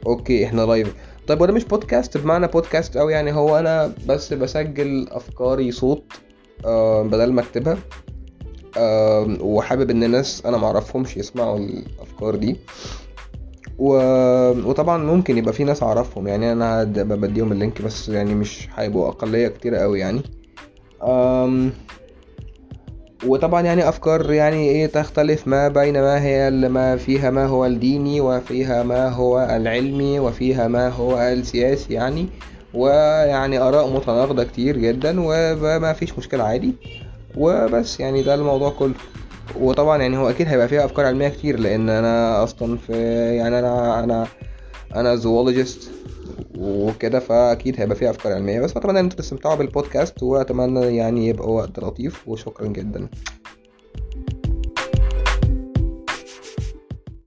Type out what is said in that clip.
اوكي احنا لايف. طيب وده مش بودكاست بمعنى بودكاست او يعني، هو انا بس بسجل افكاري صوت بدل ما اكتبها. وحابب ان الناس انا معرفهمش يسمعوا الافكار دي. و... وطبعا ممكن يبقى في ناس اعرفهم، يعني انا بديهم اللينك، بس يعني مش هيبقوا اقلية كتير قوي يعني. أم... وطبعا يعني افكار يعني ايه تختلف ما بين ما هي ما فيها ما هو الديني، وفيها ما هو العلمي، وفيها ما هو السياسي يعني. ويعني اراء متناقضة كتير جدا، وما فيش مشكلة عادي. وبس يعني ده الموضوع كله. وطبعا يعني هو اكيد هيبقى فيها افكار علمية كتير، لان انا اصلا في يعني انا زوولوجيست وكده، فاكيد هيبقى فيها افكار علمية. بس اتمنى ان انتوا تستمتعوا بالبودكاست، واتمنى يعني يبقى وقت لطيف، وشكرا جدا.